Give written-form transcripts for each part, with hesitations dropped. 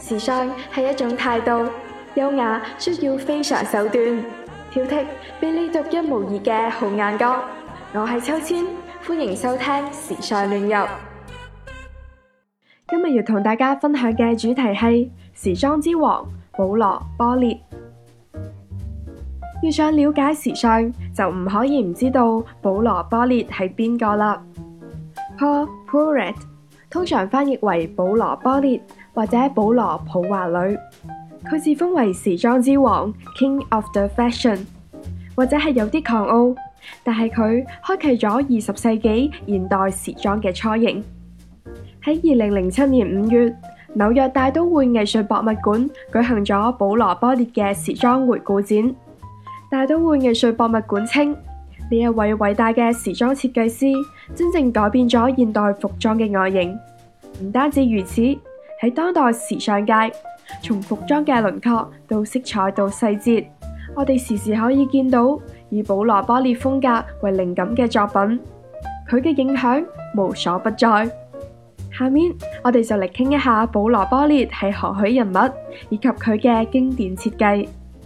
時尚係一種態度，優雅需要非常手段，挑剔俾你獨一無二嘅好眼光。我係秋千，歡迎收聽時尚亂入。 今日要同大家分享嘅主題係時裝之王保羅波列。要想了解時尚，就唔可以唔知道保羅波列係邊個啦。Paul Poret 通常翻譯為保羅波列或者保羅普華里，佢自封為時裝之王 King of the Fashion， 或者係有啲狂傲，但係佢開啟咗20世紀現代時裝嘅雛形。喺2007年5月，紐約大都會藝術博物館舉行咗保羅波列嘅時裝回顧展。大都會藝術博物館稱，呢一位偉大嘅時裝設計師真正改變咗現代服裝嘅外形。唔單止如此，喺當代時尚界，從服裝嘅輪廓到色彩到細節，我哋時時可以見到以保羅波列風格為靈感嘅作品，佢嘅影響無所不在。下面我哋就嚟傾一下保羅波列係何許人物，以及佢嘅經典設計。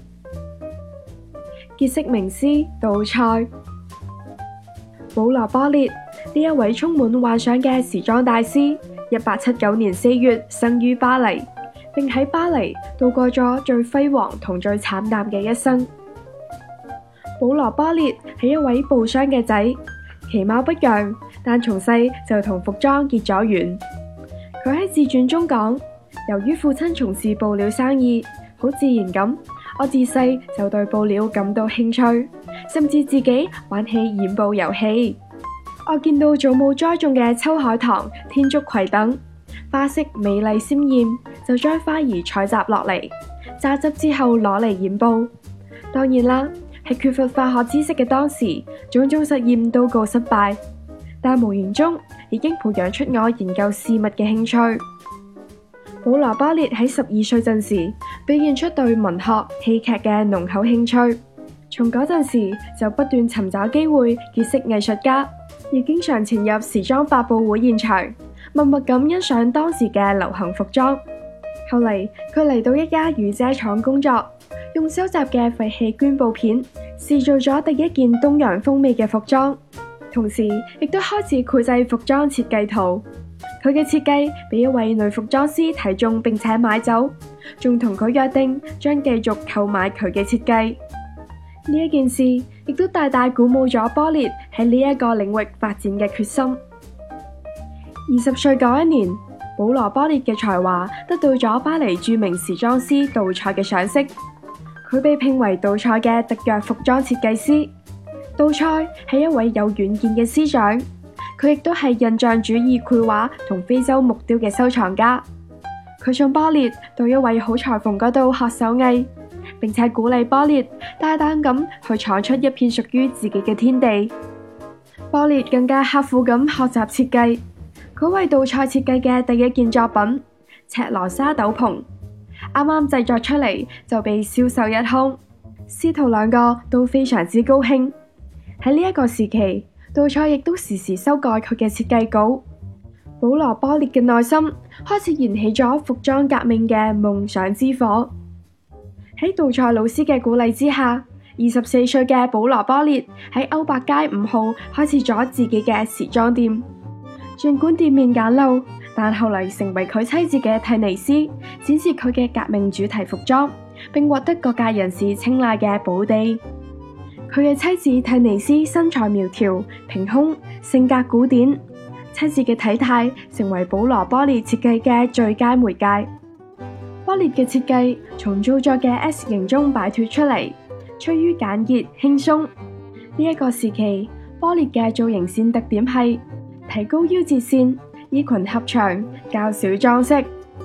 傑式名師杜塞。保羅波列呢一位充滿幻想嘅時裝大師，1879年4月生於巴黎，並喺巴黎度過咗最輝煌同最慘淡嘅一生。保羅波列係一位布商嘅仔，其貌不揚，但從細就同服裝結咗緣。佢喺自傳中講，由於父親從事布料生意，好自然咁，我自細就對布料感到興趣，甚至自己玩起染布遊戲。我見到祖母栽種嘅秋海棠、天竺葵等花色美麗鮮豔，就將花兒採集落嚟，榨汁之後攞嚟染布。當然啦，喺缺乏化學知識嘅當時，種種實驗都告失敗，但無形中已經培養出我研究事物嘅興趣。保羅波列喺12歲陣時，表現出對文學、戲劇嘅濃厚興趣。從嗰陣時就不斷尋找機會結識藝術家，亦經常潛入時裝發佈會現場，默默咁欣賞當時嘅流行服裝。後嚟佢嚟到一家雨遮廠工作，用收集嘅廢棄絹布片試做咗第一件東洋風味嘅服裝，同時亦都開始繪製服裝設計圖。佢嘅設計俾一位女服裝師睇中並且買走，仲同佢約定將繼續購買佢嘅設計。呢一件事亦都大大鼓舞咗波列喺呢一個領域發展嘅決心。20歲嗰一年，保羅波列嘅才華得到咗巴黎著名時裝師杜塞嘅賞識，佢被聘為杜塞嘅特約服裝設計師。杜塞係一位有遠見嘅師長，佢亦都係印象主義繪畫同非洲木雕嘅收藏家。佢送波列到一位好裁縫嗰度學手藝，並且鼓勵波列大膽咁去闖出一片屬於自己嘅天地。波列更加刻苦咁學習設計，佢為杜塞設計嘅第一件作品赤羅莎斗篷，啱啱製作出嚟就被銷售一空，師徒兩個都非常之高興。喺呢一個時期，杜塞亦都時時修改佢嘅設計稿。保羅波列嘅內心開始燃起咗服裝革命嘅夢想之火。喺杜塞老師嘅鼓勵之下，24歲嘅保羅波列喺歐伯街5號開始咗自己嘅時裝店。儘管店面簡陋，但後嚟成為佢妻子嘅蒂尼斯展示佢嘅革命主題服裝，並獲得各界人士青睞嘅寶地。佢嘅妻子蒂尼斯身材苗條、平胸，性格古典。妻子嘅體態成為保羅波列設計嘅最佳媒介。波列嘅設計從做作嘅 S 型中擺脫出嚟，趨於簡潔輕鬆。呢一個時期，波列嘅造型線特點係提高腰節線，衣裙合長，較少裝飾。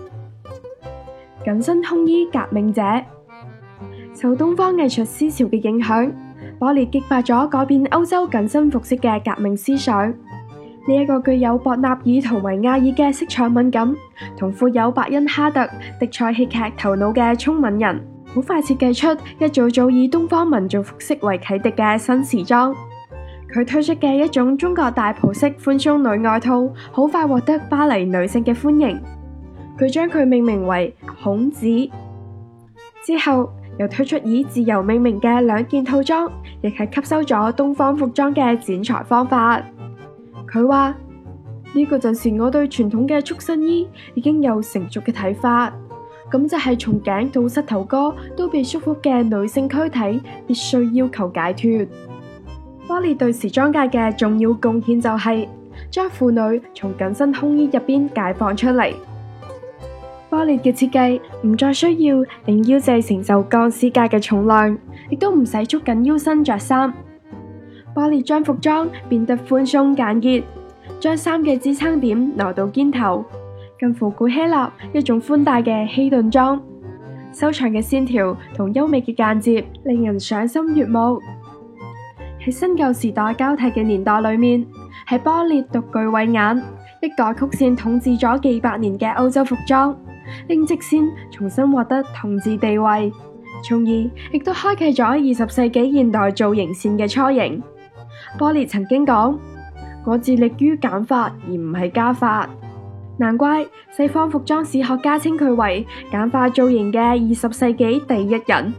緊身胸衣革命者，受東方藝術思潮嘅影響，波列激發咗改變歐洲緊身服飾嘅革命思想。呢一個具有博納爾同維亞爾嘅色彩敏感，同富有伯恩哈特、迪塞戲劇頭腦嘅聰敏人，好快設計出一組組以東方民族服飾為啟迪嘅新時裝。佢推出嘅一種中國大袍式寬鬆女外套，好快獲得巴黎女性嘅歡迎。 佢將佢命名為孔子。之後又推出以自由命名嘅2件套裝，亦係吸收咗東方服裝嘅剪裁方法。佢話呢個陣時我對傳統嘅束身衣已經有成熟嘅睇法，咁就係從頸到膝頭哥都被束縛嘅女性軀體必須要求解脫。波列對時裝界嘅重要貢獻就係將婦女從緊身胸衣入邊解放出嚟。波列嘅設計唔再需要令腰際承受鋼絲架嘅重量，亦都唔使束緊腰身着衫。波列將服裝變得寬鬆簡潔，將衫嘅支撐點挪到肩頭，近乎古希臘一種寬大嘅希頓裝。修長嘅線條同優美嘅間接令人賞心悅目。喺新舊時代交替嘅年代裏面，係波列獨具慧眼，一改曲線統治咗幾百年嘅歐洲服裝，令直線重新獲得統治地位，從而亦都開啟咗20世紀現代造型線嘅雛形。波列曾經講：我致力於簡化而唔係加法，難怪西方服裝史學家稱佢為簡化造型嘅20世紀第一人。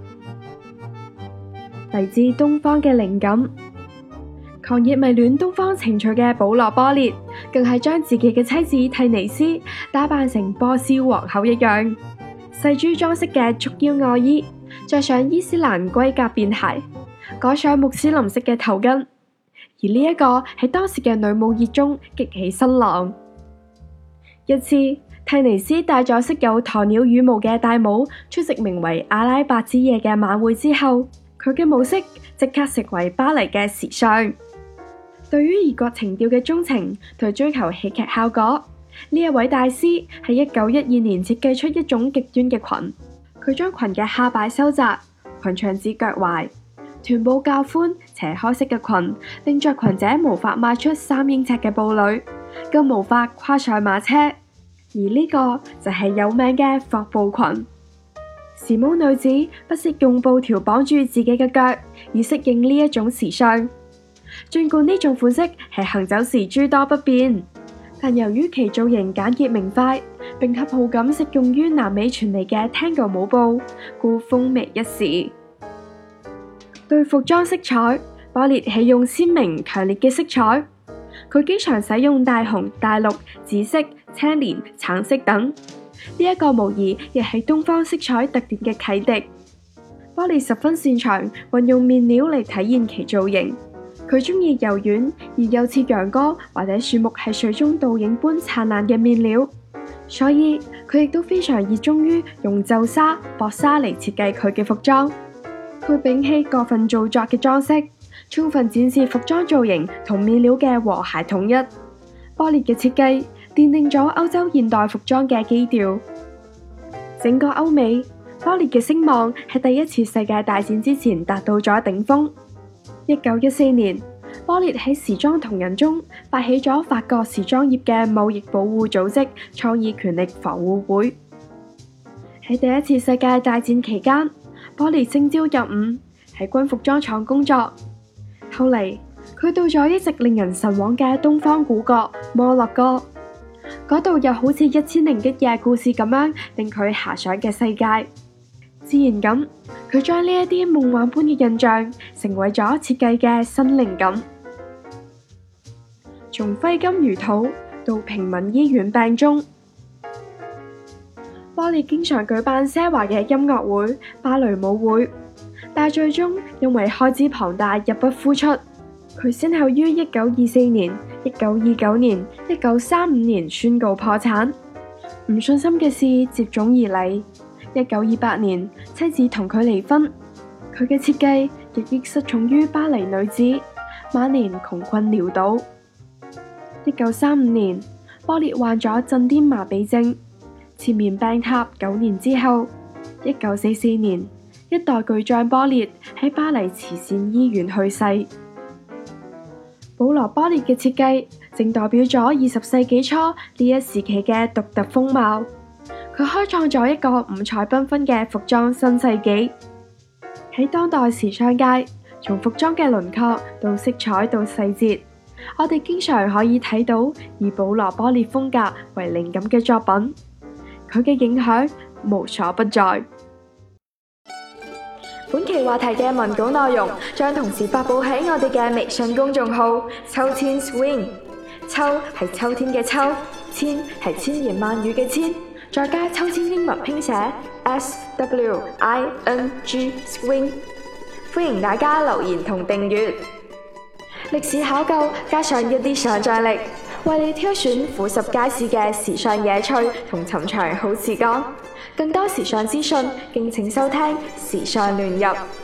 嚟自東方嘅靈感，狂熱迷戀東方情趣嘅保羅·波列，更係將自己嘅妻子蒂尼斯打扮成波斯皇后一樣，細珠裝飾嘅束腰外衣，着上伊斯蘭龜甲便鞋，改上穆斯林式嘅頭巾，而呢一個喺當時嘅女巫熱中激起新浪。一次，蒂尼斯戴咗飾有鴕鳥羽毛嘅大帽出席名為阿拉伯之夜嘅晚會之後，佢嘅模式即刻成為巴黎嘅時尚。對於異國情調嘅鍾情同追求戲劇效果，呢一位大師喺1912年設計出一種極端嘅裙。佢將裙嘅下擺收窄，裙長至腳踝，臀部較寬斜開式嘅裙令着裙者無法邁出3英尺嘅步履，更無法跨上馬車。而呢個就係有名嘅霍步裙。時髦女子不惜用布條綁住自己嘅腳，以適應呢一種時尚。儘管呢種款式係行走時諸多不便，但由於其造型簡潔明快，並恰好咁適用於南美傳嚟嘅 Tango 舞步，故風靡一時。對服裝色彩，波列喜用鮮明強烈嘅色彩，佢經常使用大紅、大綠、紫色、青蓮、橙色等。呢一個無疑亦係東方色彩特點嘅啟迪。波列十分擅長運用面料嚟體現其造型，佢中意柔軟而又似陽光或者樹木喺水中倒影般燦爛嘅面料，所以佢亦都非常熱衷於用皺紗、薄紗嚟設計佢嘅服裝。佢摒棄過分做作嘅裝飾，充分展示服裝造型同面料嘅和諧統一。波列嘅設計奠定咗歐洲現代服裝嘅基調。整個歐美，波列嘅聲望喺第一次世界大戰之前達到咗頂峰。1914年，波列喺時裝同人中發起咗法國時裝業嘅貿易保護組織創意權力防護會。喺第一次世界大戰期間，波列徵召入伍，喺軍服裝廠工作。後嚟，佢到咗一直令人神往嘅東方古國摩洛哥，嗰度又好似1001夜故事咁樣令佢遐想嘅世界。自然咁，佢將呢一啲夢幻般嘅印象成為咗設計嘅新靈感。從揮金如土到平民醫院病鐘，波列經常舉辦奢華嘅音樂會、芭蕾舞會，但最終因為開支龐大，入不敷出。佢先後於1924年、1929年、1935年宣告破產。唔順心嘅事接踵而嚟。1928年，妻子同佢離婚，佢嘅設計亦失寵於巴黎女子，晚年窮困潦倒。1935年，波列患咗震癲麻痹症，纏綿病榻9年之後，1944年，一代巨匠波列喺巴黎慈善醫院去世。保羅·波列嘅設計正代表咗20世紀初呢一時期嘅獨特風貌。佢開創咗一個五彩繽紛嘅服裝新世紀。喺當代時尚界，從服裝嘅輪廓到色彩到細節，我哋經常可以睇到以保羅·波列風格為靈感嘅作品。 佢嘅影響無所不在。 本期話題嘅文稿內容將同時發佈喺我哋嘅微信公眾號秋千 swing， 秋係秋天嘅秋，千係千言萬語嘅千，再加秋千英文拼寫 SWING swing， 歡迎大家留言同訂閱。歷史考究加上一啲想像力，為你挑選俯拾皆是嘅時尚野趣同尋常好時光。更多時尚資訊，敬請收聽《時尚亂入》。